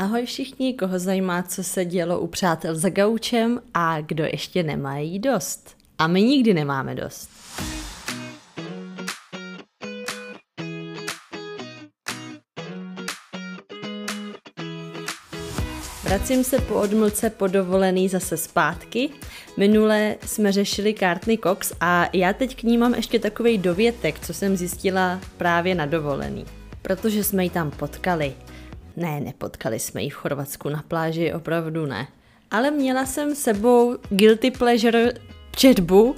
Ahoj všichni, koho zajímá, co se dělo u přátel za gaučem a kdo ještě nemají dost. A my nikdy nemáme dost. Vracím se po odmlce po dovolený zase zpátky. Minule jsme řešili Courtney Cox a já teď k ní mám ještě takovej dovětek, co jsem zjistila právě na dovolený. Protože jsme ji tam potkali. Ne, nepotkali jsme ji v Chorvatsku na pláži, opravdu ne. Ale měla jsem sebou guilty pleasure četbu,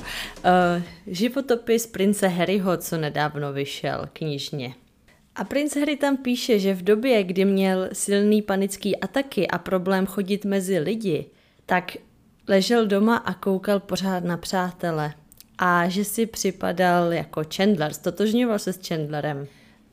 životopis prince Harryho, co nedávno vyšel knižně. A princ Harry tam píše, že v době, kdy měl silný panický ataky a problém chodit mezi lidi, tak ležel doma a koukal pořád na přátele. A že si připadal jako Chandler, stotožňoval se s Chandlerem.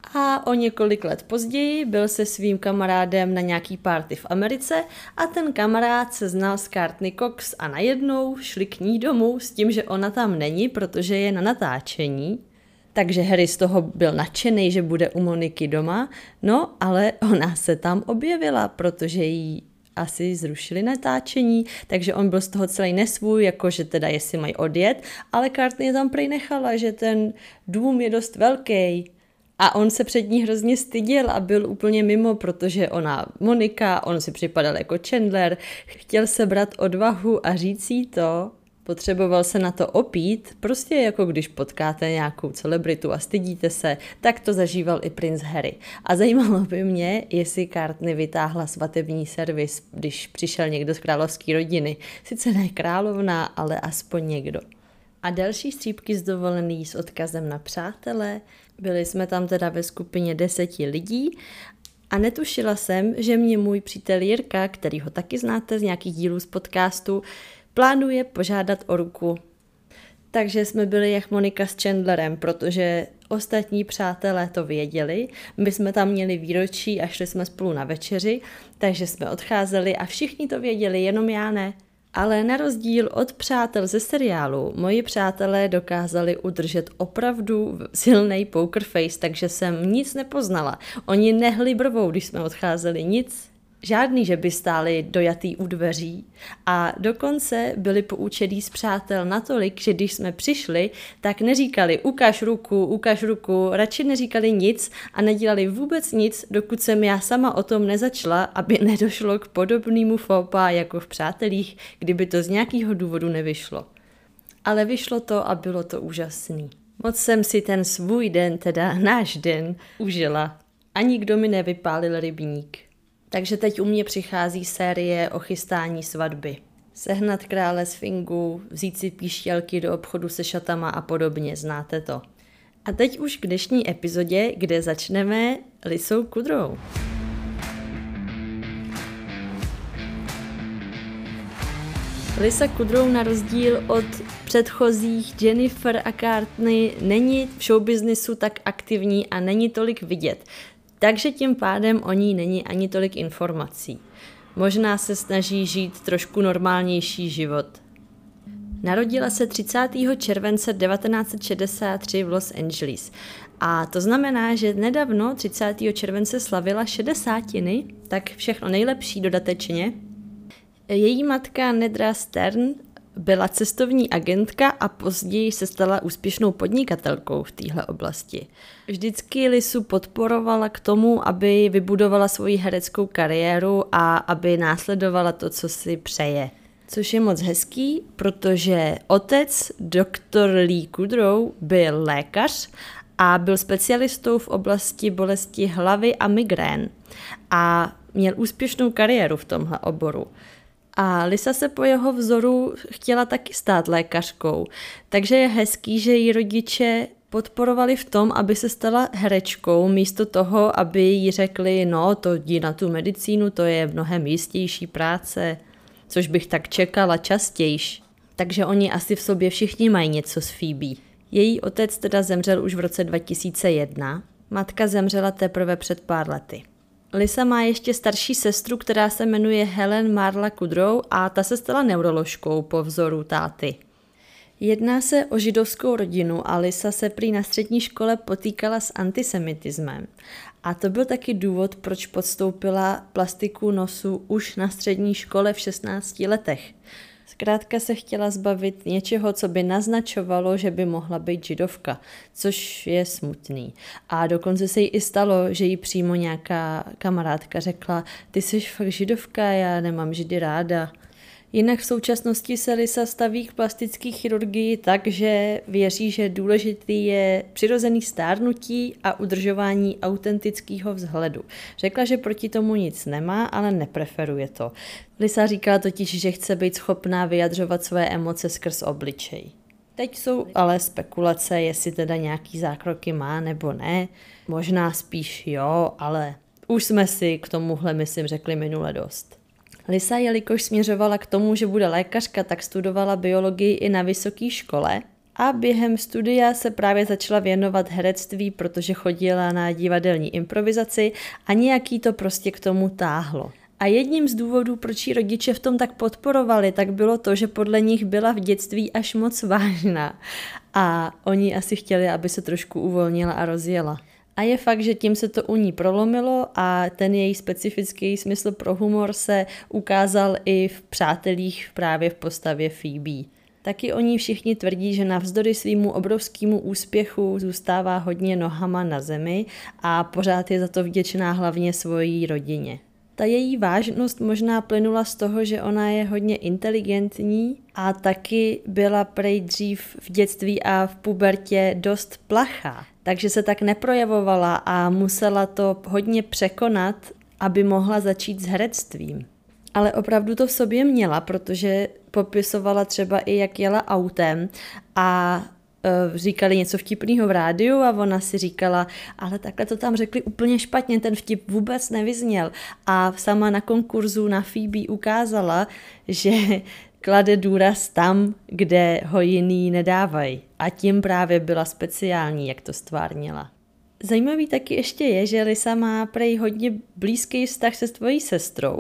A o několik let později byl se svým kamarádem na nějaký party v Americe a ten kamarád se znal s Courtney Cox a najednou šli k ní domů s tím, že ona tam není, protože je na natáčení. Takže Harry z toho byl nadšený, že bude u Moniky doma, no ale ona se tam objevila, protože jí asi zrušili natáčení, takže on byl z toho celý nesvůj, jakože teda jestli mají odjet, ale Courtney je tam prej nechala, že ten dům je dost velký. A on se před ní hrozně styděl a byl úplně mimo, protože ona Monika, on si připadal jako Chandler, chtěl sebrat odvahu a říct jí to, potřeboval se na to opít, prostě jako když potkáte nějakou celebritu a stydíte se, tak to zažíval i princ Harry. A zajímalo by mě, jestli Courtney vytáhla svatební servis, když přišel někdo z královské rodiny. Sice ne královna, ale aspoň někdo. A další střípky z dovolený s odkazem na přátele. Byli jsme tam teda ve skupině 10 lidí a netušila jsem, že mě můj přítel Jirka, který ho taky znáte z nějakých dílů z podcastu, plánuje požádat o ruku. Takže jsme byli jak Monika s Chandlerem, protože ostatní přátelé to věděli. My jsme tam měli výročí a šli jsme spolu na večeři, takže jsme odcházeli a všichni to věděli, jenom já ne. Ale na rozdíl od přátel ze seriálu, moji přátelé dokázali udržet opravdu silný poker face, takže jsem nic nepoznala. Oni nehli brvou, když jsme odcházeli, nic. Žádný, že by stáli dojatý u dveří a dokonce byli poučení z přátel natolik, že když jsme přišli, tak neříkali ukaž ruku, radši neříkali nic a nedělali vůbec nic, dokud jsem já sama o tom nezačala, aby nedošlo k podobnému fópa jako v Přátelích, kdyby to z nějakého důvodu nevyšlo. Ale vyšlo to a bylo to úžasný. Moc jsem si ten svůj den, teda náš den, užila. A nikdo mi nevypálil rybník. Takže teď u mě přichází série o chystání svatby. Sehnat krále z fingu, vzít si píšťalky do obchodu se šatama a podobně, znáte to. A teď už k dnešní epizodě, kde začneme Lisou Kudrou. Lisa Kudrow na rozdíl od předchozích Jennifer a Courtney není v showbiznisu tak aktivní a není tolik vidět. Takže tím pádem o ní není ani tolik informací. Možná se snaží žít trošku normálnější život. Narodila se 30. července 1963 v Los Angeles. A to znamená, že nedávno 30. července slavila 60, tak všechno nejlepší dodatečně. Její matka Nedra Stern byla cestovní agentka a později se stala úspěšnou podnikatelkou v téhle oblasti. Vždycky Lisu podporovala k tomu, aby vybudovala svoji hereckou kariéru a aby následovala to, co si přeje. Což je moc hezký, protože otec, doktor Lee Kudrow, byl lékař a byl specialistou v oblasti bolesti hlavy a migrén a měl úspěšnou kariéru v tomhle oboru. A Lisa se po jeho vzoru chtěla taky stát lékařkou, takže je hezký, že její rodiče podporovali v tom, aby se stala herečkou, místo toho, aby jí řekli, no to jdi na tu medicínu, to je mnohem jistější práce, což bych tak čekala častějš. Takže oni asi v sobě všichni mají něco s Phoebe. Její otec teda zemřel už v roce 2001, matka zemřela teprve před pár lety. Lisa má ještě starší sestru, která se jmenuje Helen Marla Kudrow a ta se stala neuroložkou po vzoru táty. Jedná se o židovskou rodinu a Lisa se prý na střední škole potýkala s antisemitismem. A to byl taky důvod, proč podstoupila plastiku nosu už na střední škole v 16 letech. Zkrátka se chtěla zbavit něčeho, co by naznačovalo, že by mohla být židovka, což je smutný. A dokonce se jí i stalo, že jí přímo nějaká kamarádka řekla: ty jsi fakt židovka, já nemám židy ráda. Jinak v současnosti se Lisa staví k plastické chirurgii tak, že věří, že důležitý je přirozený stárnutí a udržování autentického vzhledu. Řekla, že proti tomu nic nemá, ale nepreferuje to. Lisa říkala totiž, že chce být schopná vyjadřovat své emoce skrz obličej. Teď jsou ale spekulace, jestli teda nějaký zákroky má nebo ne. Možná spíš jo, ale už jsme si k tomuhle, myslím, řekli minule dost. Lisa, jelikož směřovala k tomu, že bude lékařka, tak studovala biologii i na vysoké škole a během studia se právě začala věnovat herectví, protože chodila na divadelní improvizaci a nějaký to prostě k tomu táhlo. A jedním z důvodů, proč ji rodiče v tom tak podporovali, tak bylo to, že podle nich byla v dětství až moc vážná a oni asi chtěli, aby se trošku uvolnila a rozjela. A je fakt, že tím se to u ní prolomilo a ten její specifický smysl pro humor se ukázal i v Přátelích právě v postavě Phoebe. Taky o ní všichni tvrdí, že navzdory svýmu obrovskému úspěchu zůstává hodně nohama na zemi a pořád je za to vděčná hlavně svojí rodině. Ta její vážnost možná plynula z toho, že ona je hodně inteligentní a taky byla prej dřív v dětství a v pubertě dost plachá. Takže se tak neprojevovala a musela to hodně překonat, aby mohla začít s herectvím. Ale opravdu to v sobě měla, protože popisovala třeba i, jak jela autem a říkali něco vtipného v rádiu a ona si říkala, ale takhle to tam řekli úplně špatně, ten vtip vůbec nevyzněl. A sama na konkurzu na Phoebe ukázala, že klade důraz tam, kde ho jiný nedávají. A tím právě byla speciální, jak to stvárnila. Zajímavý taky ještě je, že Lisa má prej hodně blízký vztah se svojí sestrou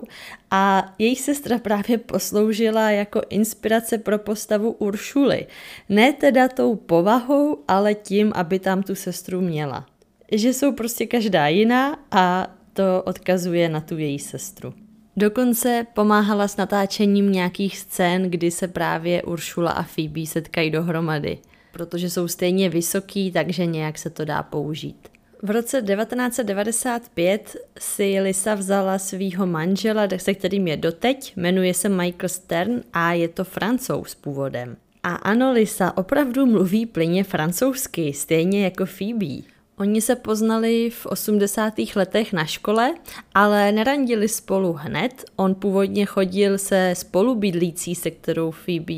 a její sestra právě posloužila jako inspirace pro postavu Uršuly. Ne teda tou povahou, ale tím, aby tam tu sestru měla. Že jsou prostě každá jiná a to odkazuje na tu její sestru. Dokonce pomáhala s natáčením nějakých scén, kdy se právě Uršula a Phoebe setkají dohromady, protože jsou stejně vysoký, takže nějak se to dá použít. V roce 1995 si Lisa vzala svýho manžela, se kterým je doteď, jmenuje se Michael Stern a je to Francouz původem. A ano, Lisa opravdu mluví plynně francouzsky, stejně jako Phoebe. Oni se poznali v 80. letech na škole, ale nerandili spolu hned. On původně chodil se spolubydlící, se kterou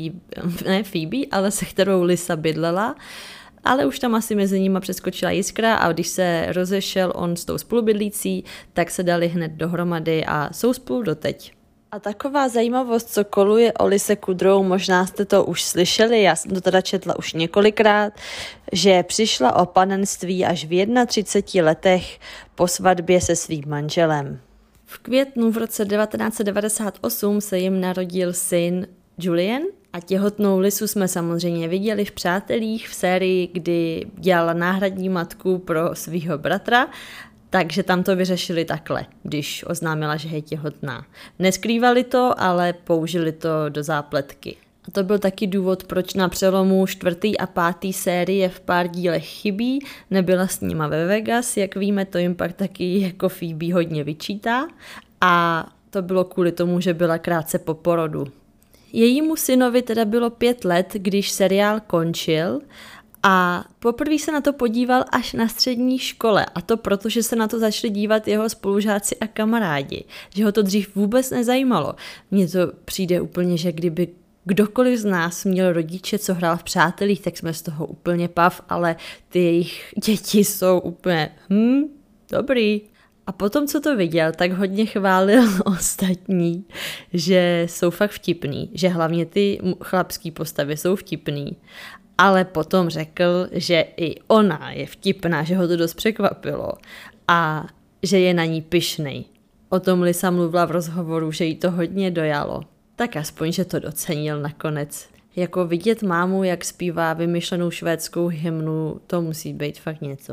ale se kterou Lisa bydlela, ale už tam asi mezi nimi přeskočila jiskra a když se rozešel on s tou spolubydlící, tak se dali hned dohromady a jsou spolu doteď. A taková zajímavost, co koluje o Lise Kudrow, možná jste to už slyšeli, já jsem to teda četla už několikrát, že přišla o panenství až v 31 letech po svatbě se svým manželem. V květnu v roce 1998 se jim narodil syn Julian a těhotnou Lisu jsme samozřejmě viděli v Přátelích v sérii, kdy dělala náhradní matku pro svého bratra. Takže tam to vyřešili takhle, když oznámila, že je těhotná. Neskrývali to, ale použili to do zápletky. A to byl taky důvod, proč na přelomu 4. a 5. série v pár dílech chybí. Nebyla s nima ve Vegas, jak víme, to jim pak taky jako Phoebe hodně vyčítá. A to bylo kvůli tomu, že byla krátce po porodu. Jejímu synovi teda bylo 5 let, když seriál končil, a poprvé se na to podíval až na střední škole a to proto, že se na to začali dívat jeho spolužáci a kamarádi, že ho to dřív vůbec nezajímalo. Mně to přijde úplně, že kdyby kdokoliv z nás měl rodiče, co hrál v Přátelích, tak jsme z toho úplně pav, ale ty jejich děti jsou úplně dobrý. A potom, co to viděl, tak hodně chválil ostatní, že jsou fakt vtipný, že hlavně ty chlapský postavy jsou vtipný. Ale potom řekl, že i ona je vtipná, že ho to dost překvapilo a že je na ní pyšnej. O tom Lisa mluvila v rozhovoru, že jí to hodně dojalo. Tak aspoň, že to docenil nakonec. Jako vidět mámu, jak zpívá vymyšlenou švédskou hymnu, to musí být fakt něco.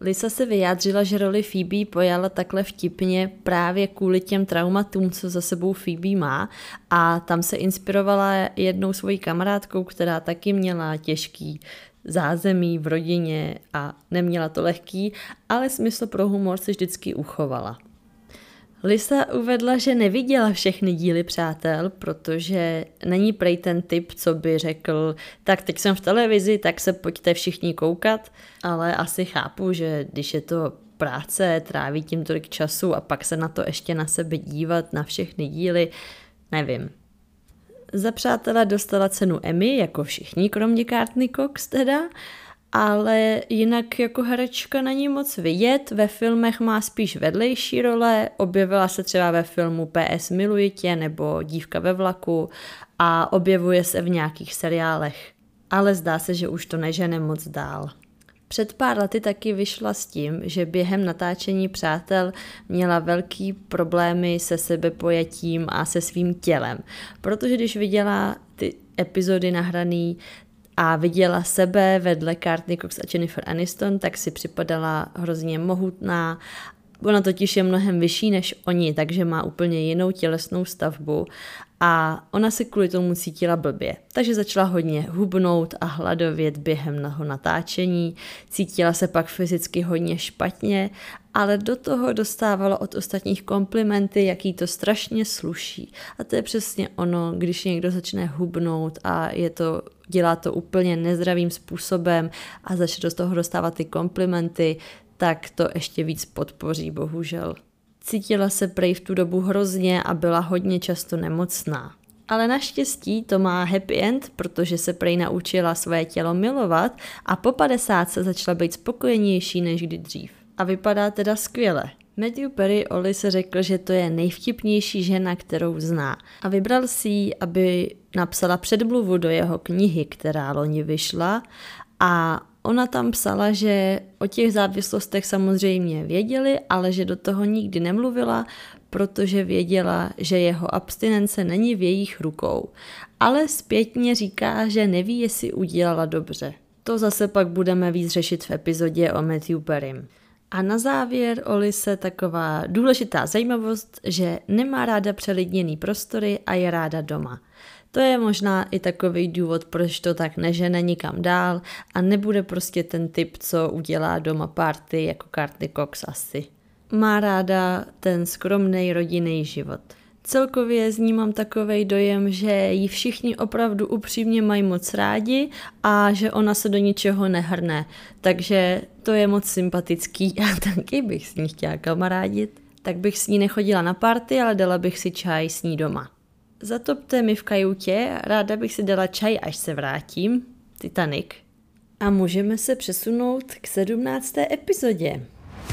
Lisa se vyjádřila, že roli Phoebe pojala takhle vtipně právě kvůli těm traumatům, co za sebou Phoebe má, a tam se inspirovala jednou svojí kamarádkou, která taky měla těžký zázemí v rodině a neměla to lehký, ale smysl pro humor se vždycky uchovala. Lisa uvedla, že neviděla všechny díly Přátel, protože není prej ten typ, co by řekl, tak teď jsem v televizi, tak se pojďte všichni koukat, ale asi chápu, že když je to práce, tráví tím tolik času a pak se na to ještě na sebe dívat, na všechny díly, nevím. Za Přátela dostala cenu Emmy, jako všichni, kromě Courtney Cox teda, ale jinak jako herečka není moc vidět, ve filmech má spíš vedlejší role, objevila se třeba ve filmu PS Miluji tě nebo Dívka ve vlaku a objevuje se v nějakých seriálech, ale zdá se, že už to nežene moc dál. Před pár lety taky vyšla s tím, že během natáčení Přátel měla velký problémy se sebepojetím a se svým tělem, protože když viděla ty epizody nahraný a viděla sebe vedle Courtney Cox a Jennifer Aniston, tak si připadala hrozně mohutná. Ona totiž je mnohem vyšší než oni, takže má úplně jinou tělesnou stavbu a ona se kvůli tomu cítila blbě. Takže začala hodně hubnout a hladovět během toho natáčení, cítila se pak fyzicky hodně špatně, ale do toho dostávala od ostatních komplimenty, jaký to strašně sluší. A to je přesně ono, když někdo začne hubnout a dělá to úplně nezdravým způsobem a začne do toho dostávat ty komplimenty, tak to ještě víc podpoří, bohužel. Cítila se prej v tu dobu hrozně a byla hodně často nemocná. Ale naštěstí to má happy end, protože se prej naučila své tělo milovat a po 50 se začala být spokojenější než kdy dřív. A vypadá teda skvěle. Matthew Perry o Lise řekl, že to je nejvtipnější žena, kterou zná. A vybral si ji, aby napsala předmluvu do jeho knihy, která loni vyšla, a ona tam psala, že o těch závislostech samozřejmě věděli, ale že do toho nikdy nemluvila, protože věděla, že jeho abstinence není v jejich rukou. Ale zpětně říká, že neví, jestli udělala dobře. To zase pak budeme víc řešit v epizodě o Matthew Perrym. A na závěr o Lise taková důležitá zajímavost, že nemá ráda přelidněný prostory a je ráda doma. To je možná i takový důvod, proč to tak nežene nikam dál a nebude prostě ten typ, co udělá doma party jako Courtney Cox asi. Má ráda ten skromný rodinný život. Celkově z ní mám takovej dojem, že ji všichni opravdu upřímně mají moc rádi a že ona se do ničeho nehrne. Takže to je moc sympatický a taky bych s ní chtěla kamarádit. Tak bych s ní nechodila na party, ale dala bych si čaj s ní doma. Zatopte mi v kajutě, ráda bych si dala čaj, až se vrátím. Titanic. A můžeme se přesunout k 17. epizodě.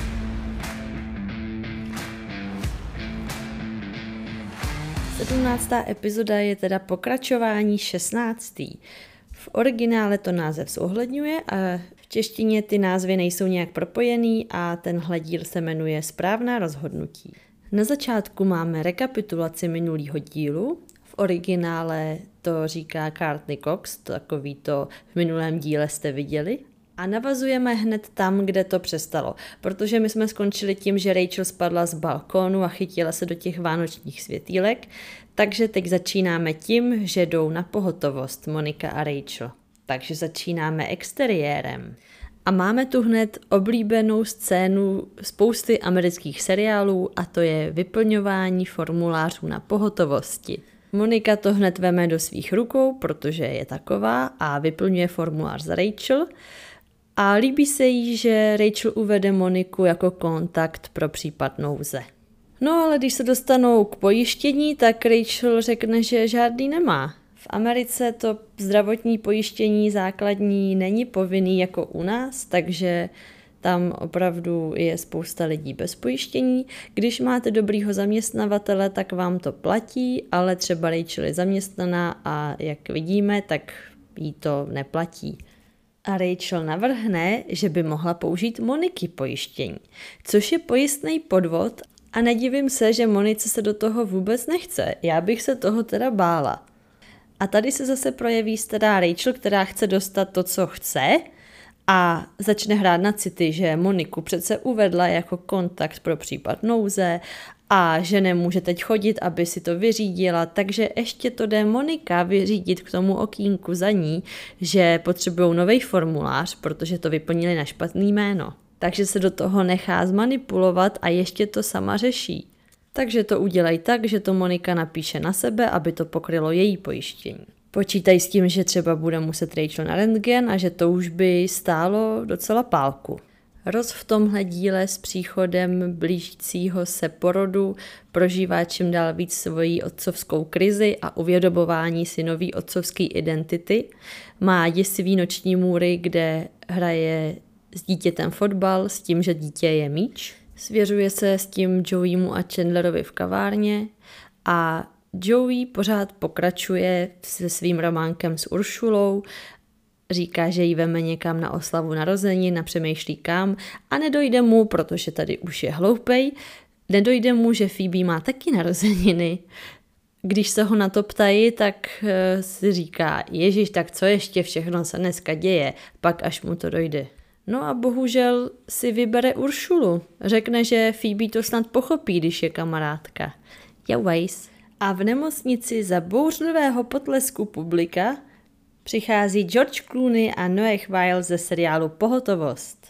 Sedmnáctá epizoda je teda pokračování 16. V originále to název zohledňuje a v češtině ty názvy nejsou nějak propojený a tenhle díl se jmenuje Správná rozhodnutí. Na začátku máme rekapitulaci minulého dílu. V originále to říká Courtney Cox, takový to v minulém díle jste viděli. A navazujeme hned tam, kde to přestalo, protože my jsme skončili tím, že Rachel spadla z balkónu a chytila se do těch vánočních světýlek, takže teď začínáme tím, že jdou na pohotovost Monika a Rachel. Takže začínáme exteriérem. A máme tu hned oblíbenou scénu spousty amerických seriálů a to je vyplňování formulářů na pohotovosti. Monika to hned veme do svých rukou, protože je taková a vyplňuje formulář za Rachel. A líbí se jí, že Rachel uvede Moniku jako kontakt pro případ nouze. No ale když se dostanou k pojištění, tak Rachel řekne, že žádný nemá. V Americe to zdravotní pojištění základní není povinný jako u nás, takže tam opravdu je spousta lidí bez pojištění. Když máte dobrýho zaměstnavatele, tak vám to platí, ale třeba Rachel je zaměstnaná a jak vidíme, tak jí to neplatí. A Rachel navrhne, že by mohla použít Moniky pojištění, což je pojistný podvod a nedivím se, že Monice se do toho vůbec nechce. Já bych se toho teda bála. A tady se zase projeví stará Rachel, která chce dostat to, co chce, a začne hrát na city, že Moniku přece uvedla jako kontakt pro případ nouze a že nemůže teď chodit, aby si to vyřídila, takže ještě to jde Monika vyřídit k tomu okýnku za ní, že potřebují nový formulář, protože to vyplnili na špatný jméno. Takže se do toho nechá zmanipulovat a ještě to sama řeší. Takže to udělají tak, že to Monika napíše na sebe, aby to pokrylo její pojištění. Počítají s tím, že třeba bude muset Rachel na rentgen a že to už by stálo docela pálku. Ross v tomhle díle s příchodem blížícího se porodu prožívá čím dál víc svoji otcovskou krizi a uvědomování si nový otcovský identity. Má děsivý noční můry, kde hraje s dítětem fotbal s tím, že dítě je míč. Svěřuje se s tím Joeymu a Chandlerovi v kavárně a Joey pořád pokračuje se svým románkem s Uršulou, říká, že ji veme někam na oslavu narozenin a přemýšlí kam a nedojde mu, protože tady už je hloupej, nedojde mu, že Phoebe má taky narozeniny. Když se ho na to ptají, tak si říká, ježiš, tak co ještě všechno se dneska děje, pak až mu to dojde. No a bohužel si vybere Uršulu. Řekne, že Phoebe to snad pochopí, když je kamarádka. Jawajs. A v nemocnici za bouřlivého potlesku publika přichází George Clooney a Noah Wyle ze seriálu Pohotovost.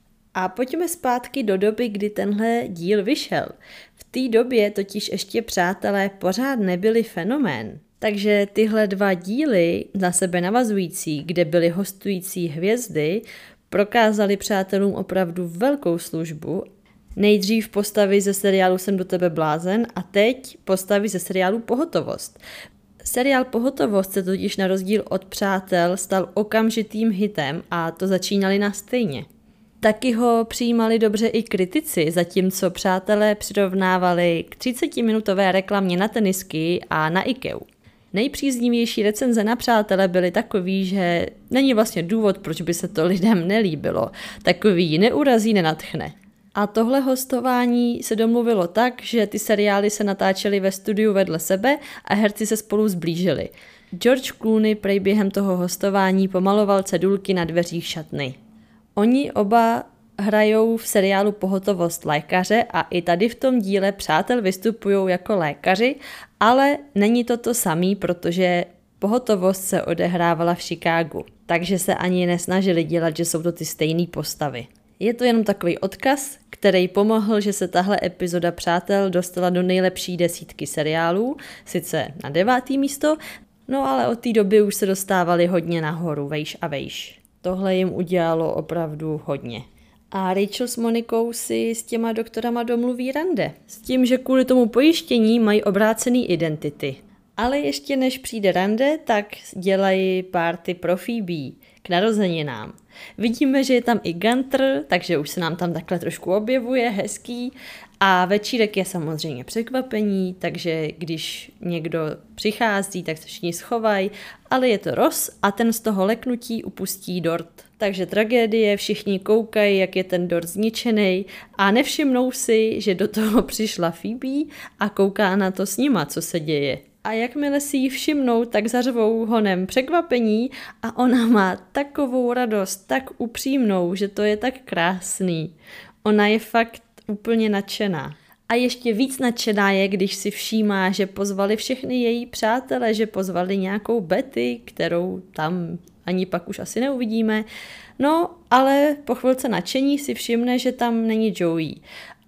A pojďme zpátky do doby, kdy tenhle díl vyšel. V té době totiž ještě přátelé pořád nebyli fenomén. Takže tyhle dva díly na sebe navazující, kde byly hostující hvězdy, prokázali přátelům opravdu velkou službu. Nejdřív postavy ze seriálu Jsem do tebe blázen a teď postavy ze seriálu Pohotovost. Seriál Pohotovost se totiž na rozdíl od Přátel stal okamžitým hitem a to začínali na stejně. Taky ho přijímali dobře i kritici, zatímco Přátelé přirovnávali k 30-minutové reklamě na tenisky a na IKEA. Nejpříznivější recenze na Přátele byly takový, že není vlastně důvod, proč by se to lidem nelíbilo. Takový neurazí, nenadchne. A tohle hostování se domluvilo tak, že ty seriály se natáčely ve studiu vedle sebe a herci se spolu zblížili. George Clooney prej během toho hostování pomaloval cedulky na dveřích šatny. Oni oba hrajou v seriálu Pohotovost lékaře a i tady v tom díle Přátel vystupují jako lékaři, ale není to samý, protože Pohotovost se odehrávala v Chicagu, takže se ani nesnažili dělat, že jsou to ty stejné postavy. Je to jenom takový odkaz, který pomohl, že se tahle epizoda Přátel dostala do nejlepší 10 seriálů, sice na 9. místo, no ale od té doby už se dostávali hodně nahoru, vejš a vejš. Tohle jim udělalo opravdu hodně. A Rachel s Monikou si s těma doktorama domluví rande. S tím, že kvůli tomu pojištění mají obrácený identity. Ale ještě než přijde rande, tak dělají party pro Phoebe k narozeninám. Vidíme, že je tam i Gunter, takže už se nám tam takhle trošku objevuje, hezký. A večírek je samozřejmě překvapení, takže když někdo přichází, tak se všichni schovají, ale je to Ross a ten z toho leknutí upustí dort. Takže tragédie, všichni koukají, jak je ten dort zničený a nevšimnou si, že do toho přišla Phoebe a kouká na to s nima, co se děje. A jakmile si ji všimnou, tak zařvou honem překvapení a ona má takovou radost, tak upřímnou, že to je tak krásný. Ona je fakt úplně nadšená. A ještě víc nadšená je, když si všímá, že pozvali všechny její přátele, že pozvali nějakou Betty, kterou tam ani pak už asi neuvidíme. No, ale po chvilce nadšení si všimne, že tam není Joey.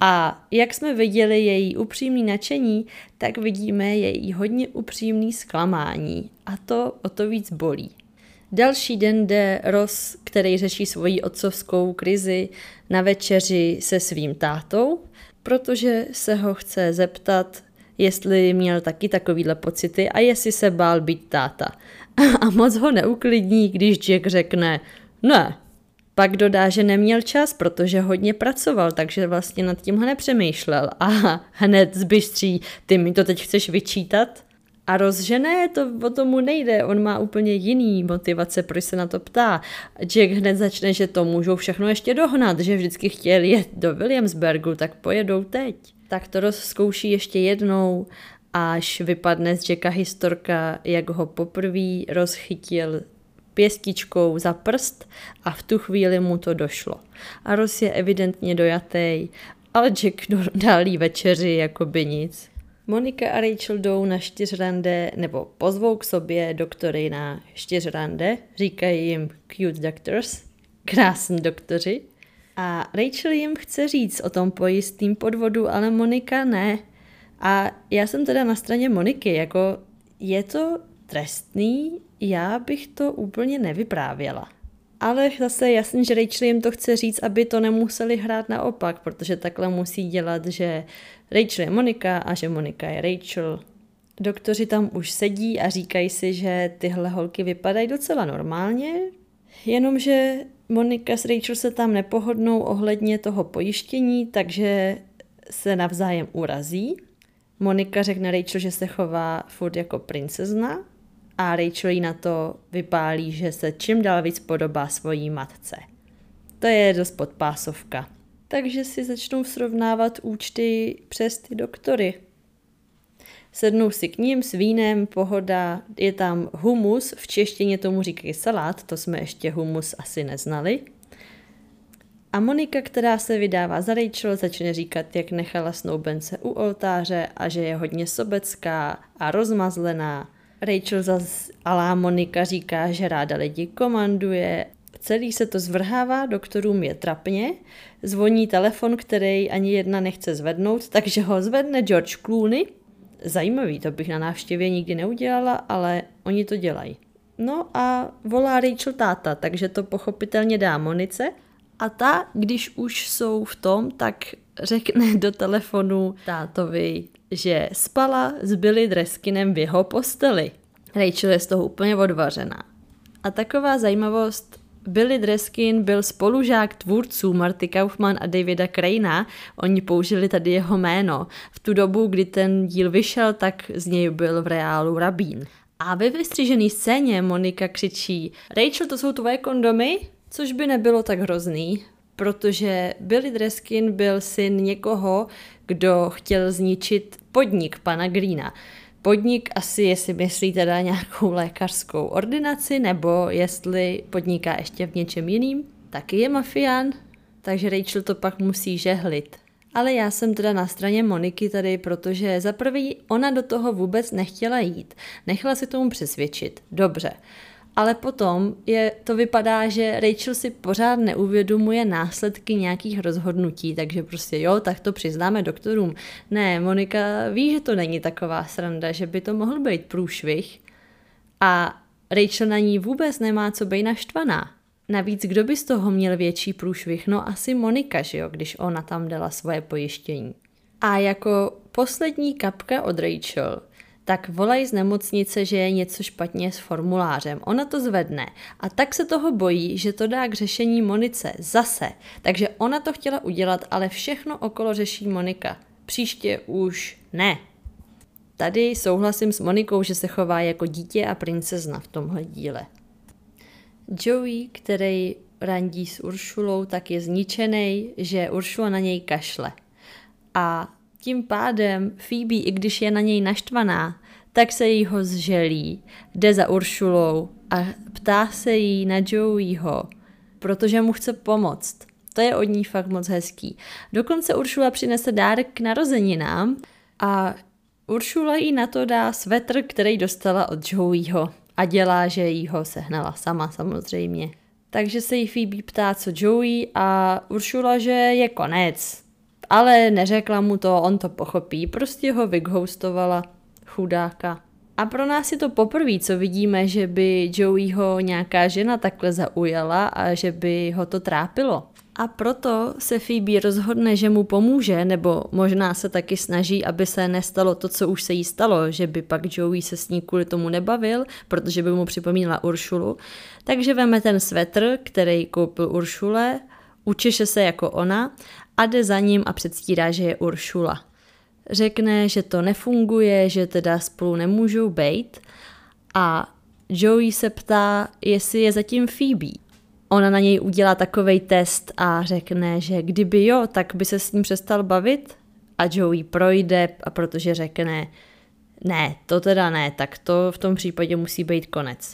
A jak jsme viděli její upřímný nadšení, tak vidíme její hodně upřímný zklamání. A to o to víc bolí. Další den jde Ross, který řeší svoji otcovskou krizi, na večeři se svým tátou, protože se ho chce zeptat, jestli měl taky takovýhle pocity a jestli se bál být táta. A moc ho neuklidní, když Jack řekne ne. Pak dodá, že neměl čas, protože hodně pracoval, takže vlastně nad tímhle nepřemýšlel. A hned zbystří, ty mi to teď chceš vyčítat? A Ross, že ne, to o tomu nejde, on má úplně jiný motivace, proč se na to ptá. Jack hned začne, že to můžou všechno ještě dohnat, že vždycky chtěli jet do Williamsburgu, tak pojedou teď. Tak to Ross zkouší ještě jednou, až vypadne z Jacka historka, jak ho poprvé rozchytil pěstičkou za prst a v tu chvíli mu to došlo. A Ross je evidentně dojatý, ale Jack dálí večeři jako by nic. Monika a Rachel jdou na 4 rande, nebo pozvou k sobě doktory na 4 rande, říkají jim cute doctors, krásní doktoři. A Rachel jim chce říct o tom pojistným podvodu, ale Monika ne. A já jsem teda na straně Moniky, jako je to trestný, já bych to úplně nevyprávěla. Ale zase jasný, že Rachel jim to chce říct, aby to nemuseli hrát naopak, protože takhle musí dělat, že Rachel je Monika a že Monika je Rachel. Doktoři tam už sedí a říkají si, že tyhle holky vypadají docela normálně, jenomže Monika s Rachel se tam nepohodnou ohledně toho pojištění, takže se navzájem urazí. Monika řekne Rachel, že se chová furt jako princezna a Rachel jí na to vypálí, že se čím dál víc podobá svojí matce. To je dost podpásovka. Takže si začnou srovnávat účty přes ty doktory. Sednou si k ním s vínem, pohoda, je tam humus, v češtině tomu říkají salát, to jsme ještě humus asi neznali. A Monika, která se vydává za Rachel, začne říkat, jak nechala snoubence u oltáře a že je hodně sobecká a rozmazlená. Rachel zas alá Monika říká, že ráda lidi komanduje. Celý se to zvrhává, doktorům je trapně. Zvoní telefon, který ani jedna nechce zvednout, takže ho zvedne George Clooney. Zajímavý, to bych na návštěvě nikdy neudělala, ale oni to dělají. No a volá Rachel táta, takže to pochopitelně dá Monice. A ta, když už jsou v tom, tak řekne do telefonu tátovi, že spala s Billy Dreskinem v jeho posteli. Rachel je z toho úplně odvařená. A taková zajímavost, Billy Dreskin byl spolužák tvůrců Marty Kaufman a Davida Crayna, oni použili tady jeho jméno. V tu dobu, kdy ten díl vyšel, tak z něj byl v reálu rabín. A ve vystřižené scéně Monika křičí: Rachel, to jsou tvoje kondomy? Což by nebylo tak hrozný, protože Billy Dreskin byl syn někoho, kdo chtěl zničit podnik pana Greena. Podnik asi, jestli myslí teda nějakou lékařskou ordinaci, nebo jestli podniká ještě v něčem jiným, taky je mafián, takže Rachel to pak musí žehlit. Ale já jsem teda na straně Moniky tady, protože za prvý ona do toho vůbec nechtěla jít. Nechala se tomu přesvědčit. Dobře. Ale potom to vypadá, že Rachel si pořád neuvědomuje následky nějakých rozhodnutí, takže prostě jo, tak to přiznáme doktorům. Ne, Monika ví, že to není taková sranda, že by to mohl být průšvih a Rachel na ní vůbec nemá co být naštvaná. Navíc kdo by z toho měl větší průšvih? No asi Monika, že jo, když ona tam dala svoje pojištění. A jako poslední kapka od Rachel, tak volají z nemocnice, že je něco špatně s formulářem. Ona to zvedne a tak se toho bojí, že to dá k řešení Monice zase. Takže ona to chtěla udělat, ale všechno okolo řeší Monika. Příště už ne. Tady souhlasím s Monikou, že se chová jako dítě a princezna v tomhle díle. Joey, který randí s Uršulou, tak je zničený, že Uršula na něj kašle. A tím pádem Phoebe, i když je na něj naštvaná, tak se jí ho zželí, jde za Uršulou a ptá se jí na Joeyho, protože mu chce pomoct. To je od ní fakt moc hezký. Dokonce Uršula přinese dárek k narozeninám a Uršula jí na to dá svetr, který dostala od Joeyho a dělá, že jí ho sehnala sama samozřejmě. Takže se jí Phoebe ptá, co Joey a Uršula, že je konec. Ale neřekla mu to, on to pochopí, prostě ho vyghostovala, chudáka. A pro nás je to poprvé, co vidíme, že by Joeyho nějaká žena takhle zaujala a že by ho to trápilo. A proto se Phoebe rozhodne, že mu pomůže, nebo možná se taky snaží, aby se nestalo to, co už se jí stalo, že by pak Joey se s ní kvůli tomu nebavil, protože by mu připomínala Uršulu. Takže veme ten svetr, který koupil Uršule, učeše se jako ona a jde za ním a předstírá, že je Uršula. Řekne, že to nefunguje, že teda spolu nemůžou bejt a Joey se ptá, jestli je zatím Phoebe. Ona na něj udělá takovej test a řekne, že kdyby jo, tak by se s ním přestal bavit a Joey projde a protože řekne, ne, to teda ne, tak to v tom případě musí být konec.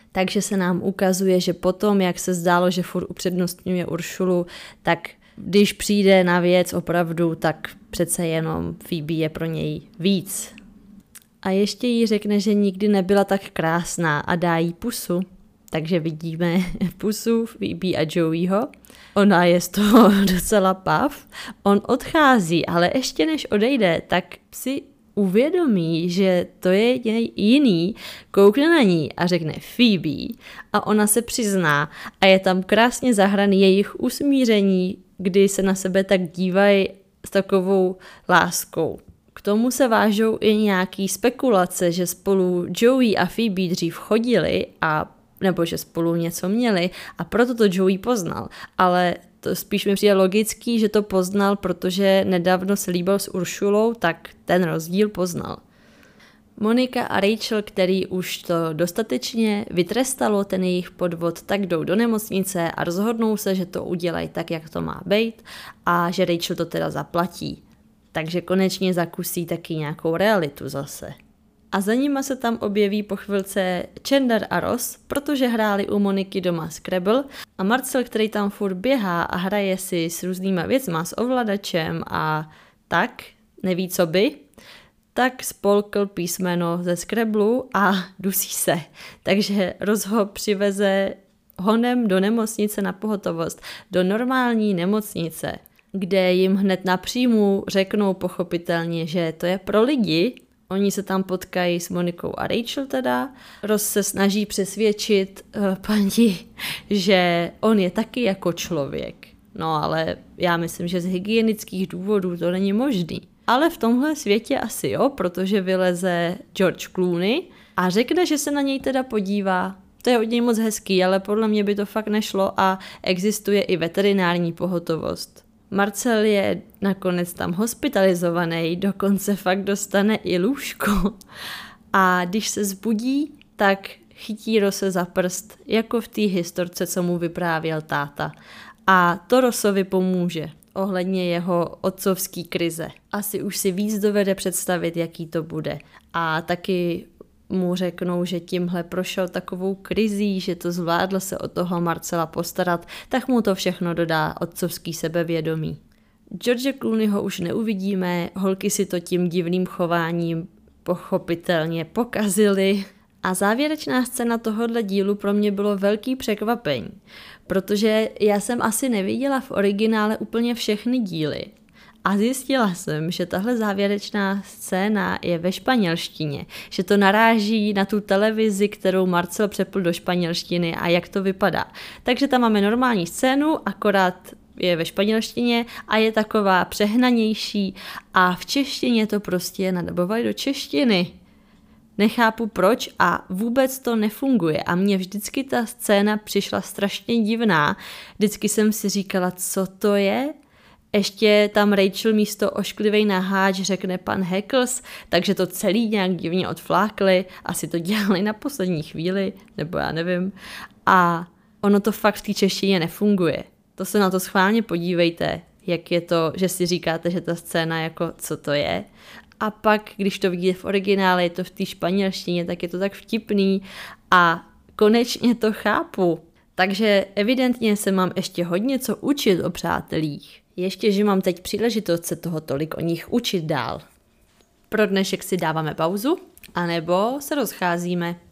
Takže se nám ukazuje, že potom, jak se zdálo, že furt upřednostňuje Uršulu, tak když přijde na věc opravdu, tak přece jenom Phoebe je pro něj víc. A ještě jí řekne, že nikdy nebyla tak krásná a dá jí pusu. Takže vidíme pusu Phoebe a Joeyho. Ona je z toho docela pav. On odchází, ale ještě než odejde, tak si uvědomí, že to je jiný, koukne na ní a řekne Phoebe a ona se přizná a je tam krásně zahraný jejich usmíření, kdy se na sebe tak dívají s takovou láskou. K tomu se vážou i nějaký spekulace, že spolu Joey a Phoebe dřív chodili nebo že spolu něco měli a proto to Joey poznal, ale to spíš mi přijde logický, že to poznal, protože nedávno se líbil s Uršulou, tak ten rozdíl poznal. Monika a Rachel, který už to dostatečně vytrestalo, ten jejich podvod, tak jdou do nemocnice a rozhodnou se, že to udělají tak, jak to má být a že Rachel to teda zaplatí. Takže konečně zakusí taky nějakou realitu zase. A za nima se tam objeví po chvilce Chandler a Ross, protože hráli u Moniky doma Scrabble a Marcel, který tam furt běhá a hraje si s různýma věcma, s ovladačem a tak, neví co by, tak spolkl písmeno ze Scrabble a dusí se. Takže Ross ho přiveze honem do nemocnice na pohotovost, do normální nemocnice, kde jim hned napřímo řeknou pochopitelně, že to je pro lidi. Oni se tam potkají s Monikou a Rachel teda. Ross se snaží přesvědčit paní, že on je taky jako člověk. No ale já myslím, že z hygienických důvodů to není možný. Ale v tomhle světě asi jo, protože vyleze George Clooney a řekne, že se na něj teda podívá. To je od něj moc hezký, ale podle mě by to fakt nešlo a existuje i veterinární pohotovost. Marcel je nakonec tam hospitalizovaný, dokonce fakt dostane i lůžko. A když se zbudí, tak chytí Rose za prst, jako v té historce, co mu vyprávěl táta. A to Rossovi pomůže ohledně jeho otcovský krize. Asi už si víc dovede představit, jaký to bude. A taky mu řeknou, že tímhle prošel takovou krizí, že to zvládl se o toho Marcela postarat, tak mu to všechno dodá otcovský sebevědomí. George Clooneyho už neuvidíme, holky si to tím divným chováním pochopitelně pokazily. A závěrečná scéna tohohle dílu pro mě bylo velký překvapení, protože já jsem asi neviděla v originále úplně všechny díly. A zjistila jsem, že tahle závěrečná scéna je ve španělštině, že to naráží na tu televizi, kterou Marcel přepl do španělštiny a jak to vypadá. Takže tam máme normální scénu, akorát je ve španělštině a je taková přehnanější a v češtině to prostě nadabovali do češtiny. Nechápu proč a vůbec to nefunguje a mně vždycky ta scéna přišla strašně divná. Vždycky jsem si říkala, co to je? Ještě tam Rachel místo ošklivej na háč řekne pan Heckles, takže to celý nějak divně odflákli, asi to dělali na poslední chvíli, nebo já nevím. A ono to fakt v té češtině nefunguje. To se na to schválně podívejte, jak je to, že si říkáte, že ta scéna jako co to je. A pak, když to vidíte v originále, je to v té španělštině, tak je to tak vtipný a konečně to chápu. Takže evidentně se mám ještě hodně co učit o přátelích. Ještě, že mám teď příležitost se toho tolik o nich učit dál. Pro dnešek si dáváme pauzu, anebo se rozcházíme.